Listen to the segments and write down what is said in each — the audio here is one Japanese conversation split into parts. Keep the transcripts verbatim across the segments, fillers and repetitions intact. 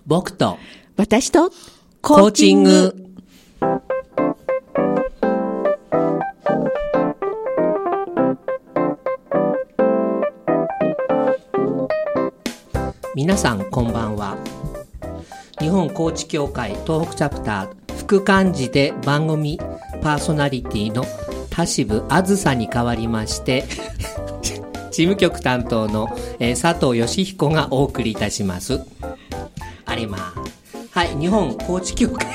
僕と私とコーチング。皆さんこんばんは。日本コーチ協会東北チャプター副幹事で番組パーソナリティの田渋あずさに代わりまして事務局担当の、えー、佐藤義彦がお送りいたします。あれまあはい日本コーチ協会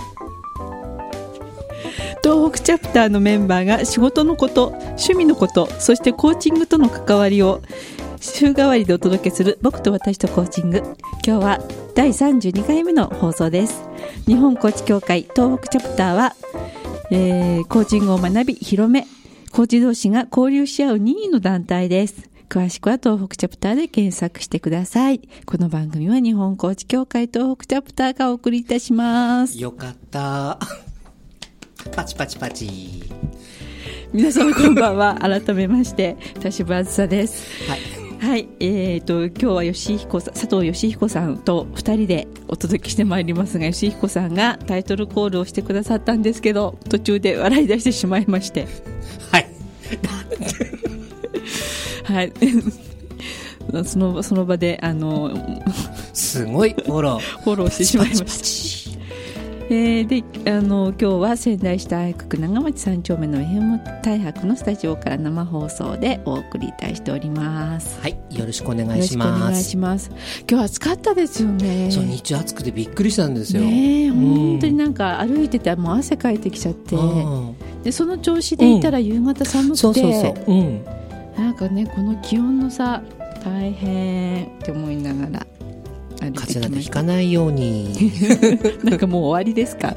東北チャプターのメンバーが仕事のこと、趣味のこと、そしてコーチングとの関わりを週替わりでお届けする僕と私とコーチング。今日はだいさんじゅうにかいめの放送です。日本コーチ協会東北チャプターは、えー、コーチングを学び広め、コーチ同士が交流し合う任意の団体です。詳しくは東北チャプターで検索してください。この番組は日本コーチ協会東北チャプターがお送りいたします。 よかったパチパチパチ。 皆様こんばんは。改めまして田渋あずさです。 はいはい、えーと今日は吉彦さん、佐藤義彦さんとふたりでお届けしてまいりますが、義彦さんがタイトルコールをしてくださったんですけど、途中で笑い出してしまいましてはいはいそのその場であのすごいフォローフォローしてしまいました。 パチパチパチ。 えー、であの今日は仙台市大白区長町さん丁目の エフエム 大白のスタジオから生放送でお送りいたしております。 はい、よろしくお願いします。 よろしくお願いします。今日暑かったですよね。 そう、日中暑くてびっくりしたんですよ。 ねえ、 うん、 本当になんか歩いててもう汗かいてきちゃって、でその調子でいたら夕方寒くて、 そうそうそう、うん、 なんかねこの気温の差大変って思いながら風邪などひかないようになんかもう終わりですか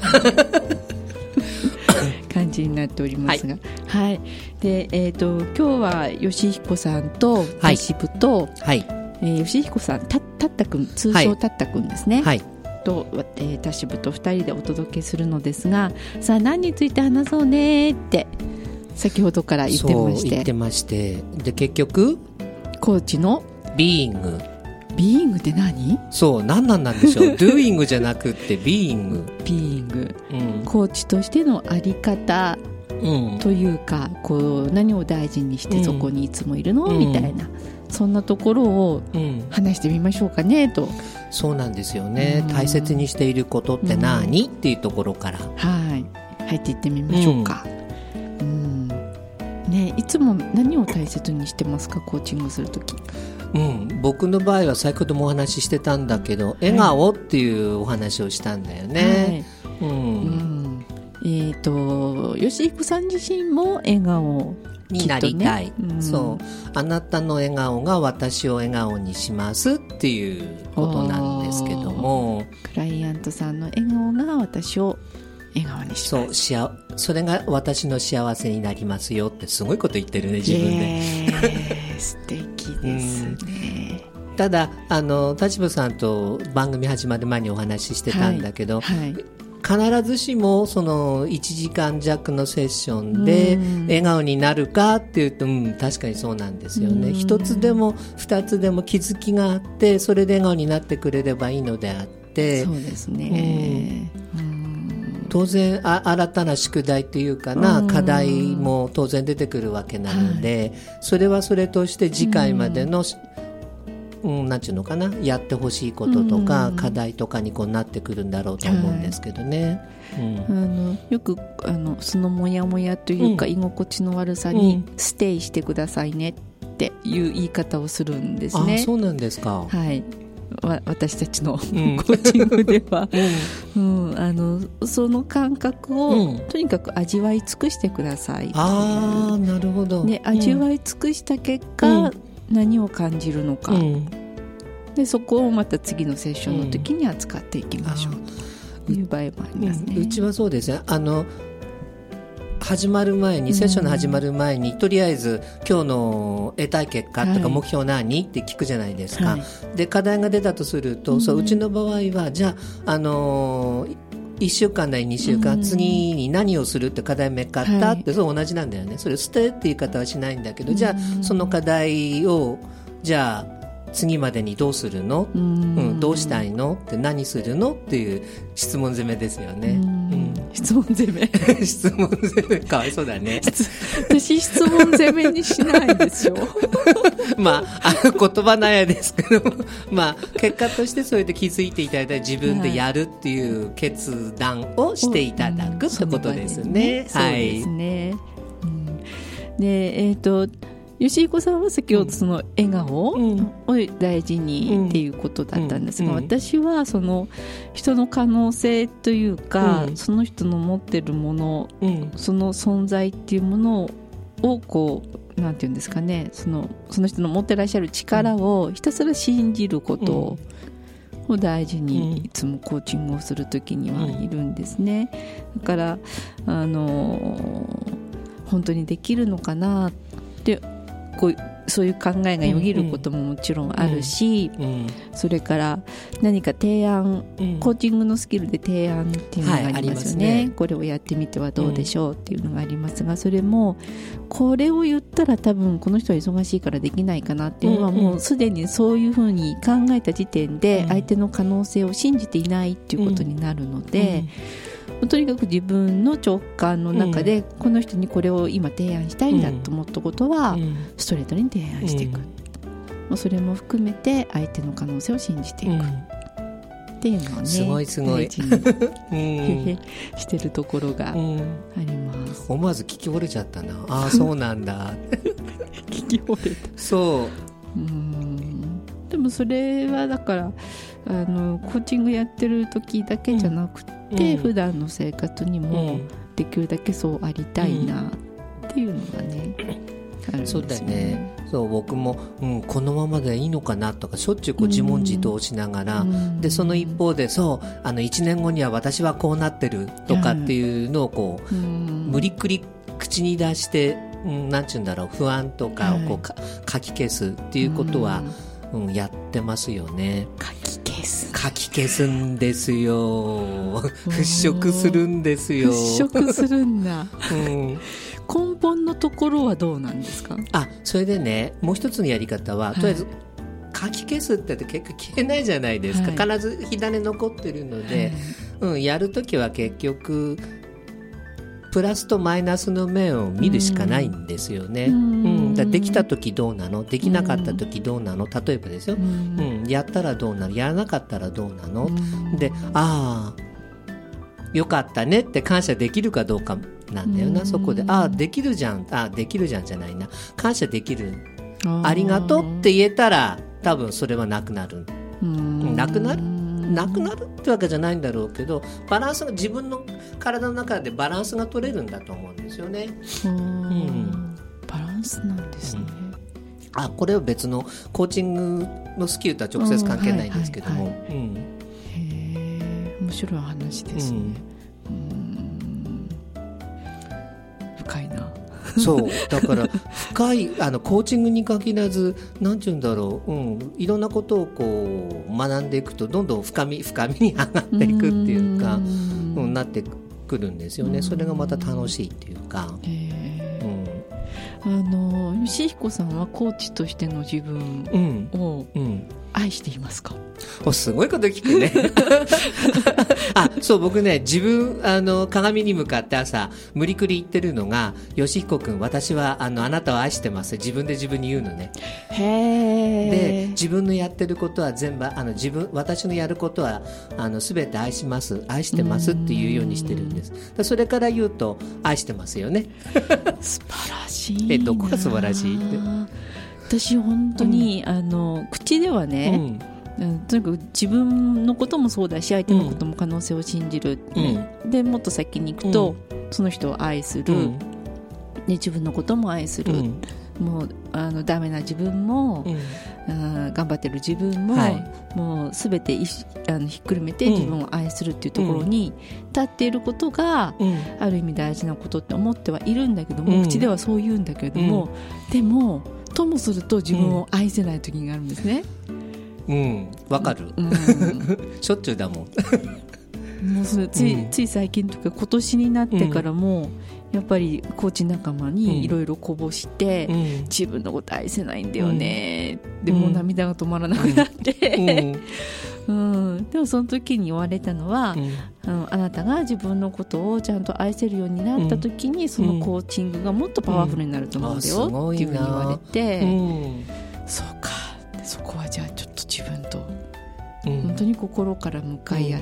感じになっておりますが、はい、はい、で、えーと、今日は義彦さんと田渋と、はい、えー、義彦さんたたったくん、通称たったくんですね、はい、と、えー、田渋とふたりでお届けするのですが、さあ何について話そうねって先ほどから言ってまして、 そう言ってまして、で結局コーチのビーイングビーイングって何？ そう、何なんなんでしょうドゥーイングじゃなくってビーイングビーイング、 うん、 コーチとしてのあり方というか、うん、こう何を大事にしてそこにいつもいるの、うん、みたいな、そんなところを話してみましょうかねと。 そうなんですよね、うん、大切にしていることって何、うん、っていうところから、 はい、入っていってみましょうか、うんうんね、いつも何を大切にしてますか、コーチングするとき。 うん、僕の場合は先ほどもお話ししてたんだけど、笑顔っていうお話をしたんだよね、はい、うんうん、 えーと義彦さん自身も笑顔になりたい、うん、そうあなたの笑顔が私を笑顔にしますっていうことなんですけども、 クライアントさんの笑顔が私を笑顔にします。 そうしあそれが私の幸せになりますよってすごいこと言ってるね自分で、 えー、素敵ですね、 うん、ただあの田渋さんと番組始まる前にお話ししてたんだけど、はいはい、必ずしもそのいちじかん弱のセッションで笑顔になるかっていうと、うん、確かにそうなんですよね。一つでも二つでも気づきがあってそれで笑顔になってくれればいいのであって、 そうですね、うん、 当然あ新たな宿題っていうかな課題も当然出てくるわけなので、はい、それはそれとして次回までの、うん、なんていうのかな、やってほしいこととか、うん、課題とかにこうなってくるんだろうと思うんですけどね、はい、うん、 あのよくあのそのモヤモヤというか、うん、居心地の悪さにステイしてくださいねっていう言い方をするんですね。 あ、そうなんですか。 はい、わ私たちの、うん、コーチングでは、うんうん、あのその感覚を、うん、とにかく味わい尽くしてください。 ああ、なるほど、 ね、味わい尽くした結果、うん、何を感じるのか、うん、でそこをまた次のセッションの時に扱っていきましょう、うん、という場合もありますね。 うちはそうですね、あの始まる前に、セッションの始まる前に、うん、とりあえず今日の得たい結果とか目標何、はい、って聞くじゃないですか、はい、で課題が出たとすると、うん、そう、うちの場合はじゃあ、あのーいっしゅうかんなりにしゅうかん、うん、次に何をするって課題めかったって、はい、そう同じなんだよね。それ捨てっていう言い方はしないんだけど、うん、じゃあその課題をじゃあ次までにどうするの、うんうん、どうしたいのって何するのっていう質問攻めですよね。うん、 質問攻め質問攻めかわいそうだね。 私質問攻めにしないんですよまあ、あの言葉なんやですけどまあ結果としてそれで気づいていただいたら自分でやるっていう決断をしていただくってことですね。 そうですね、うん、でえっ、ー、と吉彦さんは先ほどその笑顔を大事にっていうことだったんですが、うんうん、私はその人の可能性というか、うん、その人の持ってるもの、うん、その存在っていうものをこうなんていうんですかね、その、その人の持ってらっしゃる力をひたすら信じることを大事にいつもコーチングをするときにはいるんですね。だからあの本当にできるのかなってこうそういう考えがよぎることももちろんあるし、うんうん、それから何か提案、うん、コーチングのスキルで提案っていうのがありますよね、はい、ありますね。これをやってみてはどうでしょうっていうのがありますが、それもこれを言ったら多分この人は忙しいからできないかなっていうのはもうすでにそういうふうに考えた時点で相手の可能性を信じていないっていうことになるので、とにかく自分の直感の中でこの人にこれを今提案したいんだと思ったことはストレートに提案していく、うん、それも含めて相手の可能性を信じていく、うん、っていうのはね、 すごいすごい大事にしてるところがあります、 うん、思わず聞き惚れちゃったな。ああそうなんだ聞き惚れた。 そう、 うん、でもそれはだからあのコーチングやってる時だけじゃなくて、うん、普段の生活にもできるだけそうありたいなっていうのがね、うん、あるんですよね。 そうだね。そう僕も、うん、このままでいいのかなとかしょっちゅうこう自問自答しながら、うん、でその一方でそうあのいちねんごには私はこうなってるとかっていうのをこう、うん、無理くり口に出して、うん、なんちゅうんだろう不安とかをこうか、はい、かき消すっていうことは、うんうん、やってますよね。 かき消すかき消すんですよ。払拭するんですよ。 払拭するんだ、 うん、 根本のところはどうなんですか？ あ、それでねもう一つのやり方は、はい、とりあえずかき消すって結構消えないじゃないですか、はい、必ず火種残ってるので、はいうん、やるときは結局プラスとマイナスの面を見るしかないんですよね、うんうん、だできたときどうなの、できなかったときどうなの、例えばですよ、うんうん、やったらどうなの、やらなかったらどうなの、うん、でああよかったねって感謝できるかどうかなんだよな、うん、そこでああできるじゃん、あできるじゃんじゃないな、感謝できる、 あ, ありがとうって言えたら多分それはなくなる、うん、なくなるなくなるってわけじゃないんだろうけど、バランスが自分の体の中でバランスが取れるんだと思うんですよね。うん、 バランスなんですね、うん、 あこれは別のコーチングのスキルとは直接関係ないんですけども、はいはいはいうん、 へー面白い話ですね、うん、うん深いな。 そうだから深いあのコーチングに限らずなんていうんだろう、うん、いろんなことをこう学んでいくとどんどん深み深みに上がっていくっていうか、うん、うん、なってくるんですよね。それがまた楽しいっていうか、へー、うん、あの吉彦さんはコーチとしての自分を愛していますか？ おすごいこと聞くねあそう僕ね自分あの鏡に向かって朝無理くり言ってるのが、吉彦君私はあのあなたを愛してます自分で自分に言うのね。 へー。 で自分のやってることは全部あの自分私のやることはあの全て愛します愛してますっていうようにしてるんです。でそれから言うと愛してますよね素晴らしいな。 えどこが素晴らしいって。 私本当に、うん、あの口ではね、うん、とにかく自分のこともそうだし相手のことも可能性を信じる、ねうん、でもっと先に行くと、うん、その人を愛する、うん、で自分のことも愛する、うん、もうあのダメな自分も、うん、あ頑張ってる自分も、はい、もう全ていあのひっくるめて自分を愛するっていうところに立っていることが、うん、ある意味大事なことって思ってはいるんだけども、うん、口ではそう言うんだけれども、うん、でもともすると自分を愛せない時があるんですね。 うん、わかる、うん、しょっちゅうだもんもうそれつい、 うん、 つい最近とか今年になってからも、うんやっぱりコーチ仲間にいろいろこぼして、うん、自分のこと愛せないんだよね、うん、でもう涙が止まらなくなって、うんうん、でもその時に言われたのは、うん、あなたが自分のことをちゃんと愛せるようになった時に、うん、そのコーチングがもっとパワフルになると思うんだよ、うん、っていうふうに言われて、うん、そうかそこはじゃあちょっと自分と、うん、本当に心から向かい合って、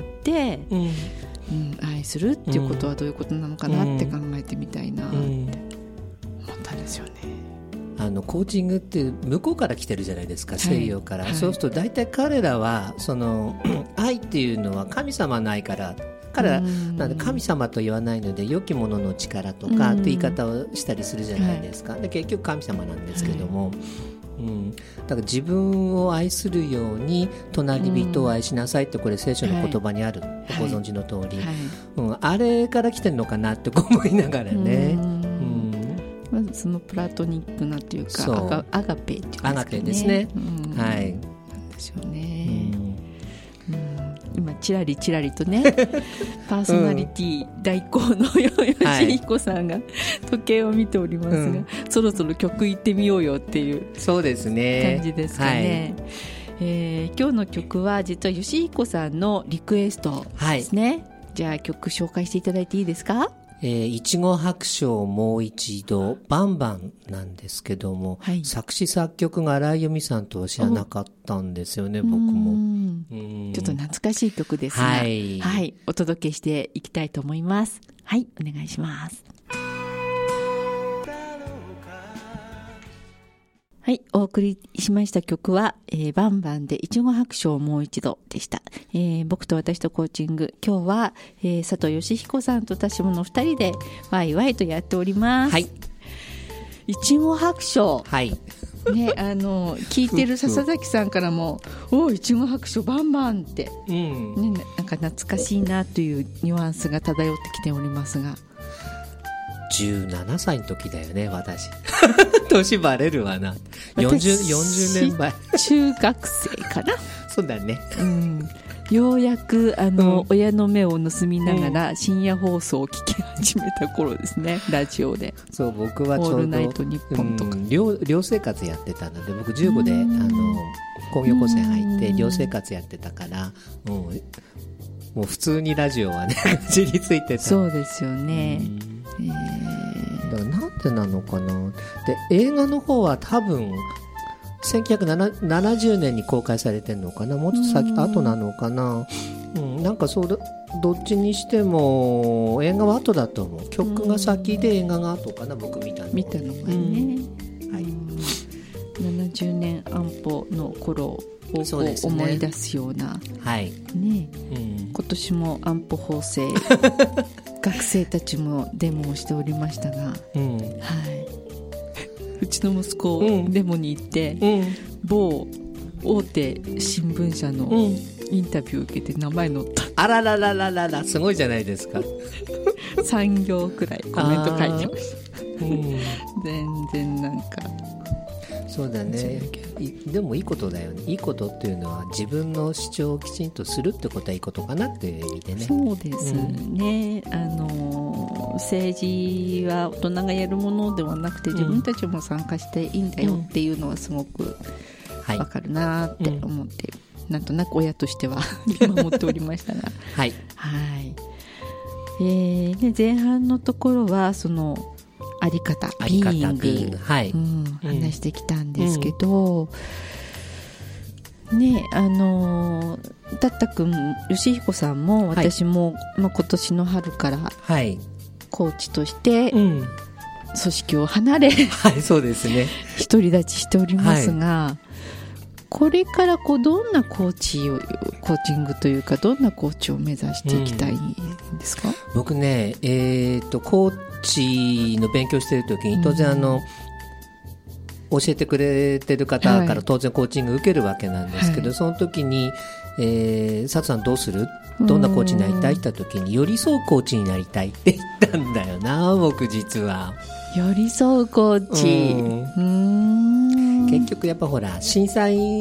うんうんうん、愛するっていうことはどういうことなのかなって考えてみたいなって思ったんですよね。 あのコーチングって向こうから来てるじゃないですか、西洋から、はい、そうすると大体彼らはその愛っていうのは神様の愛から彼らなんで神様と言わないので良きものの力とかって言い方をしたりするじゃないですか。で結局神様なんですけども、はいうん、だから自分を愛するように隣人を愛しなさいってこれ聖書の言葉にある、はい、ご存知の通り、はいうん、あれから来てるのかなって思いながらね、うんうん、まずそのプラトニックなっていうかアガ、アガペっていうんですかね、 アガペですね、うん、はいなんでしょうね、うん今ちらりちらりとねパーソナリティ代行の吉彦さんが時計を見ておりますが、うん、そろそろ曲いってみようよっていうそうですね感じですかね、はいえー、今日の曲は実は吉彦さんのリクエストですね、はい、じゃあ曲紹介していただいていいですか。 えー、いちご白書もう一度バンバンなんですけども、はい、作詞作曲が荒井由実さんとは知らなかったんですよね僕もうんちょっと懐かしい曲ですが、はいはい、お届けしていきたいと思います。はいお願いします。はい、お送りしました曲は、えー、バンバンでいちご白書をもう一度でした。えー、僕と私とコーチング、今日は、えー、佐藤義彦さんと田代の二人でワイワイとやっております。はい。いちご白書。はい。ね、あの聞いてる笹崎さんからもおいちご白書バンバンって、うんね、なんか懐かしいなというニュアンスが漂ってきておりますがじゅうななさいの時だよね私年バレるわな よんじゅう, よんじゅうねんまえ中学生かなそうだね、 うん、ようやくあの、うん、親の目を盗みながら深夜放送を聞き始めた頃ですね、うん、ラジオで。 そう僕はちょうどオールナイトニッポンとか、 うん、寮, 寮生活やってたので僕じゅうごであの工業高専入って寮生活やってたから、うん、もう普通にラジオはね知りついてた。 そうですよね、うんえー、だからなんでなのかな。で映画の方は多分せんきゅうひゃくななじゅうねんに公開されてるのかな、もうちょっと先後なのかな、うん、なんかそうどっちにしても映画は後だと思う。曲が先で映画が後かな、僕見たの見たのがね、うんはい、ななじゅうねん安保の頃を思い出すようなはいねうん、今年も安保法制学生たちもデモをしておりましたが、うんはいうちの息子、うん、デモに行って、うん、某大手新聞社のインタビューを受けて名前載った、 うん、あららららららすごいじゃないですかさん行くらいコメント書いてました、うん、全然なんかそうだね。でもいいことだよね。いいことっていうのは自分の主張をきちんとするってことはいいことかなっていう意味でね。 そうですね、うん、あの政治は大人がやるものではなくて自分たちも参加していいんだよっていうのはすごくわかるなって思って、うん、なんとなく親としては見守っておりましたがはい、はいえーね、前半のところはそのあり方ビーイング、ビーイング、はいうん、話してきたんですけど、うん、ねあのたったくん吉彦さんも私も、はいまあ、今年の春からコーチとして組織を離れ、 はい、そうですね独り立ちしておりますが、はい、これからこうどんなコーチをコーチングというかどんなコーチを目指していきたいんですか。うん、 僕ね、えーと、コーチの勉強しているときに当然あの、うん、教えてくれてる方から当然コーチング受けるわけなんですけど、はい、その時に、えー、佐藤さんどうするどんなコーチになりたいって言った時に寄り添うコーチになりたいって言ったんだよな僕実は。 寄り添うコーチ、うん、うーん結局やっぱほら震災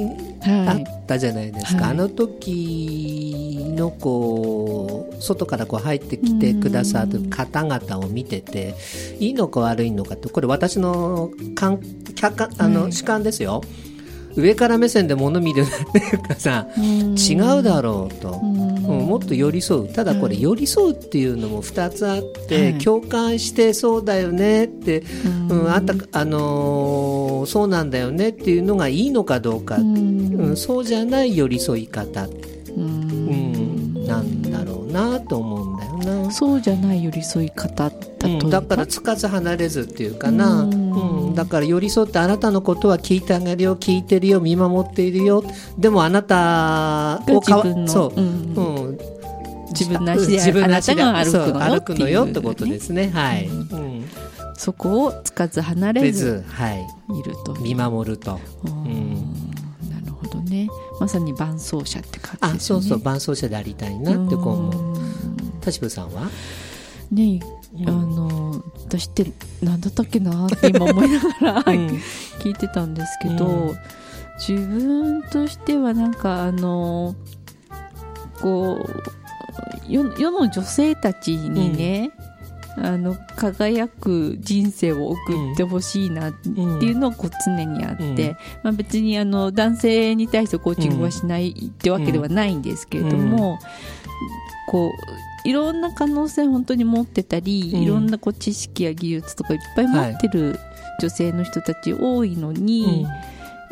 あったじゃないですか、 はい、 あの時のこう外からこう入ってきてくださる方々を見てて、いいのか悪いのかって、これ私の感客観あの、はい、主観ですよ。上から目線で物見るっていうかさ、違うだろうと、うん、もっと寄り添う。ただこれ寄り添うっていうのもふたつあって、はい、共感してそうだよねって、うんうん、あったあのー、そうなんだよねっていうのがいいのかどうか、うんうん、そうじゃない寄り添い方、うん、なんだろうなと思うんだよな。 そうじゃない寄り添い方だと、うん、 だからつかず離れずっていうかな、うんうん、だから寄り添って、あなたのことは聞いてあげるよ、聞いてるよ、見守っているよ、でもあなたを自分のそう、うんうん、自分の足であなたが歩くのよ、 歩くのよってことですね、はい、うん、 そこをつかず離れずいると、 見守ると、 うん、なるほどね。まさに伴走者って感じですね。 あ、そうそう、伴走者でありたいなってこう思う。田代さんはねえ、うん、あの私って何だったっけなって今思いながら、うん、聞いてたんですけど、うん、自分としてはなんかあのこう 世, 世の女性たちにね、うん、あの輝く人生を送ってほしいなっていうのがこう常にあって、うんまあ、別にあの男性に対してコーチングはしないってわけではないんですけれども、うん、こういろんな可能性を本当に持ってたり、うん、いろんなこう知識や技術とかいっぱい持ってる女性の人たち多いのに、はい、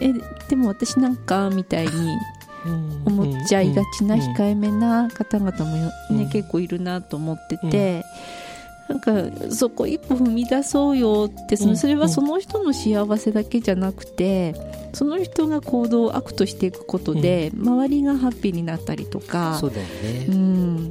えでも私なんかみたいに思っちゃいがちな控えめな方々も、ねうん、結構いるなと思ってて、うん、なんかそこ一歩踏み出そうよって、そのそれはその人の幸せだけじゃなくて、その人が行動をアクトしていくことで、うん、周りがハッピーになったりとか、 そうだよね、 うん、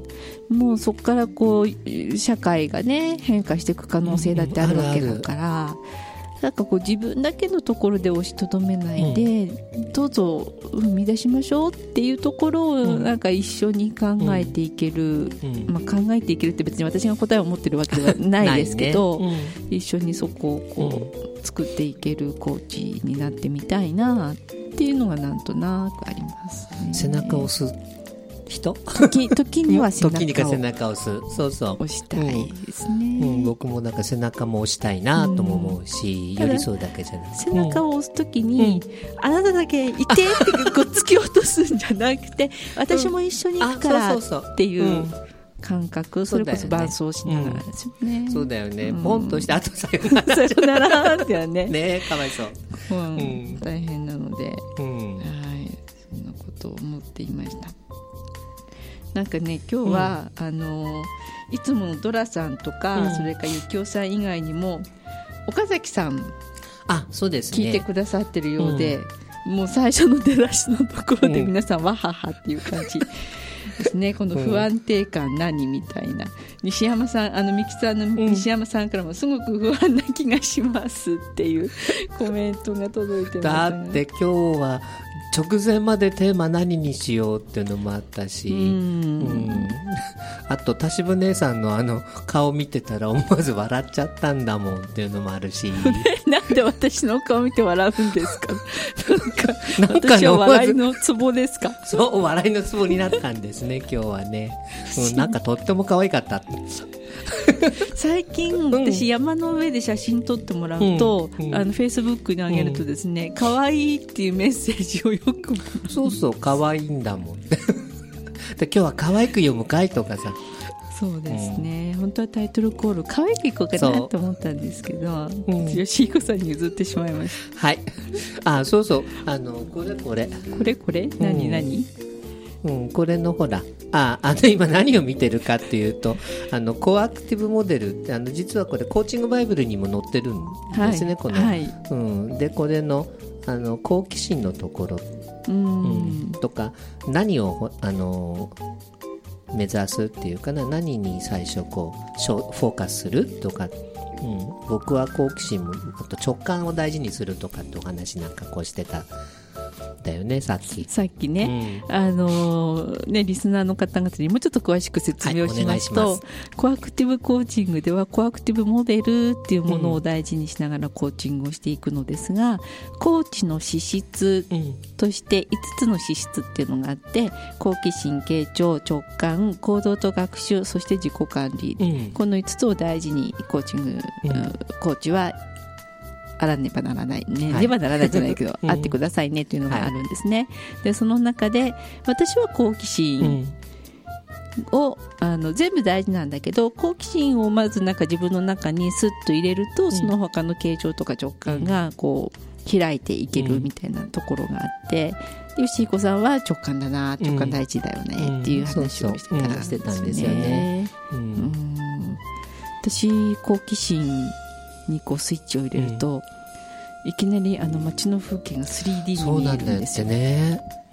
もうそこからこう社会がね変化していく可能性だってあるわけだから、うん、あるある、なんかこう自分だけのところで押しとどめないで、うん、どうぞ踏み出しましょうっていうところをなんか一緒に考えていける、うんまあ、考えていけるって別に私が答えを持ってるわけではないですけど、ねうん、一緒にそこをこう、うん、作っていけるコーチになってみたいなっていうのがなんとなくありますね。 背中を押す人時, 時には背中を時にか背中を押す、そうそう押したいですね、 うんうん、僕もなんか背中も押したいなとも思うし、うん、寄り添うだけじゃなくて背中を押す時に、うん、あなただけいてってこう突き落とすんじゃなくて私も一緒に行くからっていう感覚、それこそ伴走しながらですよね。 そうだよね、うん、ポンとしてあとさよならさよならってはねね、かわいそう、 うんうん、大変なので、 うん、 はい、そんなことを思っていました。なんかね今日は、うん、あのいつものドラさんとか、うん、それからゆきおさん以外にも岡崎さんあそうですね聞いてくださってるようで、うん、もう最初の出だしのところで皆さん、うん、わははっていう感じですね。この不安定感何みたいな、西山さん、あのミキさんの西山さんからもすごく不安な気がしますっていうコメントが届いてます。 だって今日は直前までテーマ何にしようっていうのもあったし、うん、うん、あと田渋姉さんのあの顔見てたら思わず笑っちゃったんだもんっていうのもあるしなんで私の顔見て笑うんですかなんか私は笑いのツボですかそう笑いのツボになったんですね今日はね、うん、なんかとっても可愛かった最近私山の上で写真撮ってもらうと、うんうん、あのフェイスブックに上げるとですね、可、うん、愛いっていうメッセージをよくもらう。 そうそう可愛いんだもんで今日は可愛く読むかいとかさ、 そうですね、うん、本当はタイトルコール可愛くいこうかなと思ったんですけど、うん、吉彦さんに譲ってしまいました。 はいあそうそうあのこれこれこれこれ何、うん、何うん、これのほらああの今何を見てるかっていうとあのコアクティブモデルってあの実はこれコーチングバイブルにも載ってるんですね、はい、この、はいうん、でこれのあの好奇心のところ、うんうん、とか何をあの目指すっていうかな、何に最初こうフォーカスするとか、うん、僕は好奇心もあと直感を大事にするとかってお話なんかこうしてたったよねさっき。 さっきね、うん、あのー、ねリスナーの方々にもうちょっと詳しく説明をしますと、はい、ますコアクティブコーチングではコアクティブモデルっていうものを大事にしながらコーチングをしていくのですが、うん、コーチの資質としていつつの資質っていうのがあって、好奇心、傾聴、直感、行動と学習、そして自己管理、うん、このいつつを大事にコーチング、うん、コーチはあらねばならないね、はい、ねばならないじゃないけど、うん、あってくださいねというのがあるんですね、はい、でその中で私は好奇心を、うん、あの全部大事なんだけど、好奇心をまずなんか自分の中にスッと入れると、うん、その他の傾聴とか直感がこう開いていけるみたいなところがあって、うん、吉彦さんは直感だな、直感大事だよねっていう話をしてたんですよね。私好奇心にこうスイッチを入れると、うん、いきなりあの街の風景が スリーディー に見えるんですよね。うん、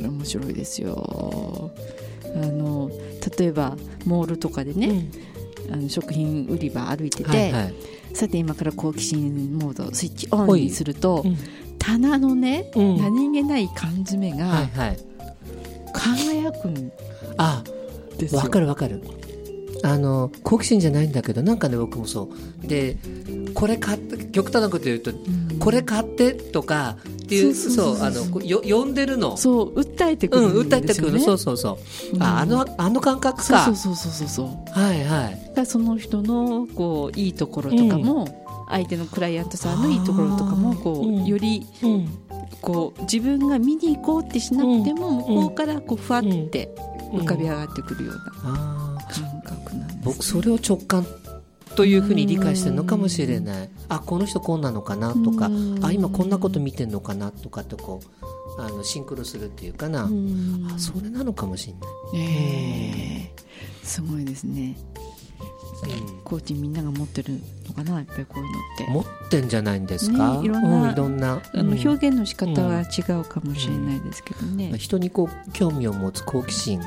面白いですよ。あの例えばモールとかでね、うん、あの食品売り場歩いてて、はいはい、さて今から好奇心モードスイッチオンにすると、うん、棚のね、うん、何気ない缶詰が、はいはい、輝くんですよ。 わかるわかる。あの好奇心じゃないんだけど、なんかね僕もそうで、これ買って極端なこと言うと、うん、これ買ってとかっていう、そうあのよ呼んでるの、 そう訴えてくるんですよね、うん、訴えてくる、 そうそうそう、うん、ああのあの感覚か、 そうそうそうそうそう、 はいはい、 だその人のこういいところとかも、うん、相手のクライアントさんのいいところとかもこう、うん、より、うん、こう自分が見に行こうってしなくても、うん、向こうからこうふわって浮かび上がってくるような感覚なんです、ね、 僕それを直感というふうに理解してるのかもしれない。あ、この人こんなのかなとか、あ、今こんなこと見てんのかなとかってこうあのシンクロするっていうかな、あ、それなのかもしれない、 えー、すごいですね、うん、コーチみんなが持ってるのかな、やっぱりこういうのって持ってんじゃないんですか、 ね、いろんな、 うん、いろんな、 あの表現の仕方は違うかもしれないですけどね、 うん、人にこう興味を持つ好奇心、うん、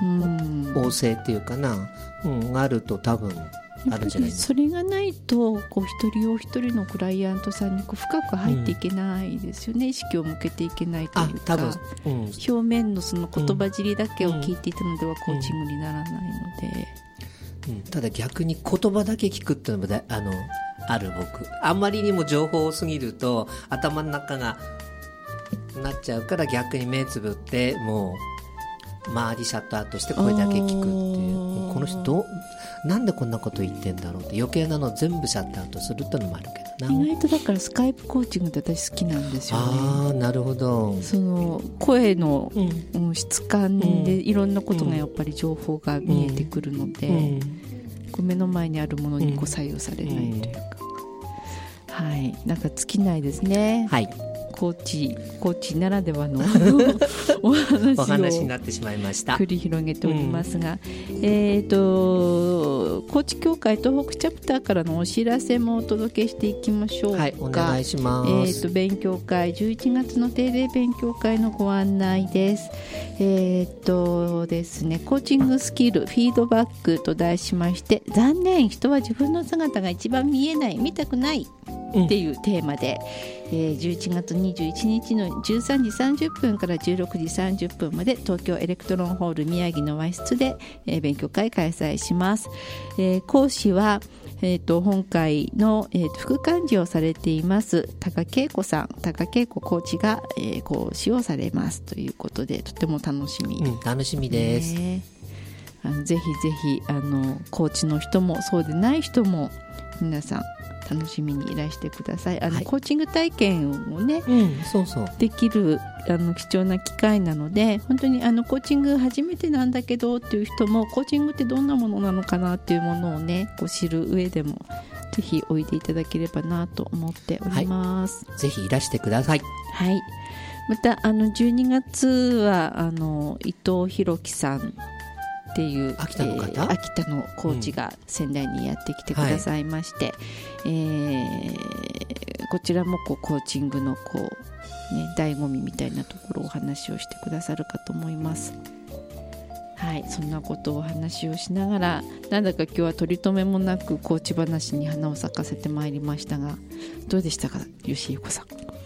旺盛っていうかな、うん、があると多分あるんじゃないですか。 それがないとこう一人お一人のクライアントさんにこう深く入っていけないですよね、うん、意識を向けていけないというか、うん、表面のその言葉尻だけを聞いていたのではコーチングにならないので、 うんうん、ただ逆に言葉だけ聞くっていうのもだあのある僕あんまりにも情報多すぎると頭の中がなっちゃうから、逆に目つぶってもう周りシャットアウトして声だけ聞くっていう、この人どなんでこんなこと言ってんだろうって余計なの全部シャットアウトするってのもあるけどな。 意外とだからスカイプコーチングって私好きなんですよね。 ああ、なるほど。 その声の、うん、質感でいろんなことがやっぱり情報が見えてくるので、うんうん、こう目の前にあるものにこう左右されないというか、うん、はい、なんか尽きないですね。はい、コーチ、コーチならではのお話をお話になってしまいました。 繰り広げておりますが、うん、えーとコーチ協会東北チャプターからのお知らせもお届けしていきましょうか。はい、お願いします。 えーと勉強会じゅういちがつの定例勉強会のご案内です。えーとですね、コーチングスキルフィードバックと題しまして、残念人は自分の姿が一番見えない、見たくないっていうテーマで、うん、えー、じゅういちがつにじゅういちにちのじゅうさんじさんじゅっぷんからじゅうろくじさんじゅっぷんまで東京エレクトロンホール宮城の和室で、えー、勉強会開催します。えー、講師は、えー、と本会の、えー、と副幹事をされています高恵子さん、高恵子コーチが、えー、講師をされますということで、とても楽しみ、 うん、楽しみです、ね、 あのぜひぜひあのコーチの人もそうでない人も皆さん楽しみにいらしてください。あの、はい、コーチング体験をね、うん、そうそうできるあの貴重な機会なので、本当にあのコーチング初めてなんだけどっていう人も、コーチングってどんなものなのかなっていうものをねこう知る上でもぜひおいでいただければなと思っております、 はい、ぜひいらしてください。 はい、またあのじゅうにがつはあの伊藤弘樹さんっていう秋田の方、えー、秋田のコーチが仙台にやってきてくださいまして、うん、えー、こちらもこうコーチングのこう、ね、醍醐味みたいなところをお話をしてくださるかと思います。はい、そんなことをお話をしながら、なんだか今日は取り留めもなくコーチ話に花を咲かせてまいりましたが、どうでしたか、吉井子さん。 い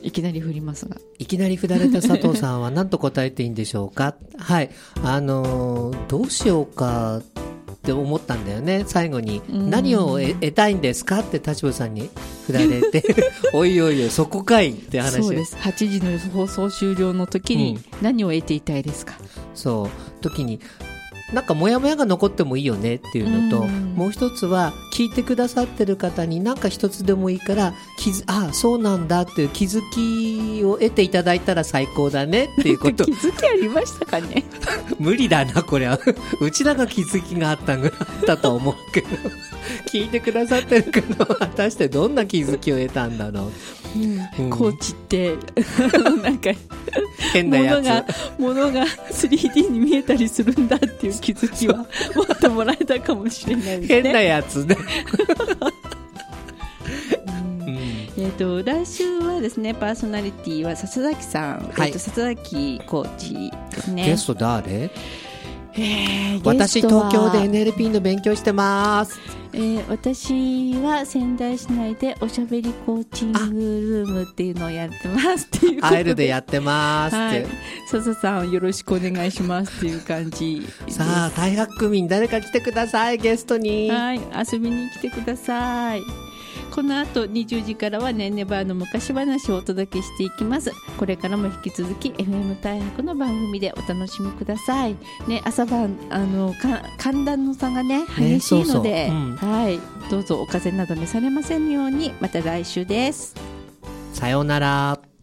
いきなり振りますが。 いきなり振られた佐藤さんは何と答えていいんでしょうか。はい。あのー、どうしようかって思ったんだよね。最後に。何を得たいんですかって立花さんに振られて、おいおいおい、そこかいって話。 そうです。はちじの放送終了の時に何を得ていたいですか。うん、 そう。時に、なんかモヤモヤが残ってもいいよねっていうのと、うもう一つは聞いてくださってる方になんか一つでもいいから気づああそうなんだっていう気づきを得ていただいたら最高だねっていうこと。 気づきありましたかね。 無理だなこれは。うちらが気づきがあったぐらいだと思うけど、聞いてくださってる方は果たしてどんな気づきを得たんだろう。 うん、コーチってなんか変なやつ物が物が スリーディー に見えたりするんだっていう気づきは持ってもらえたかもしれないですね。 変なやつね。 うん、えーと来週はですね、パーソナリティは笹崎さん、はい、えーと笹崎コーチですね。 ゲスト誰？ えー、 私東京で エヌエルピー の勉強してます。 えー、私は仙台市内でおしゃべりコーチングルームっていうのをやってますっていうことで、 アイルでやってますって、はい、 笹さんよろしくお願いしますっていう感じです。 さあ大学区民誰か来てください、ゲストに。 はい、遊びに来てください。この後にじゅうじからはねんねバーの昔話をお届けしていきます。これからも引き続き エフエム 大白の番組でお楽しみください、ね、朝晩あのか寒暖の差がね激しいので、ねそうそう、うん、はい、どうぞお風邪など召されませんように。また来週です。 さようなら。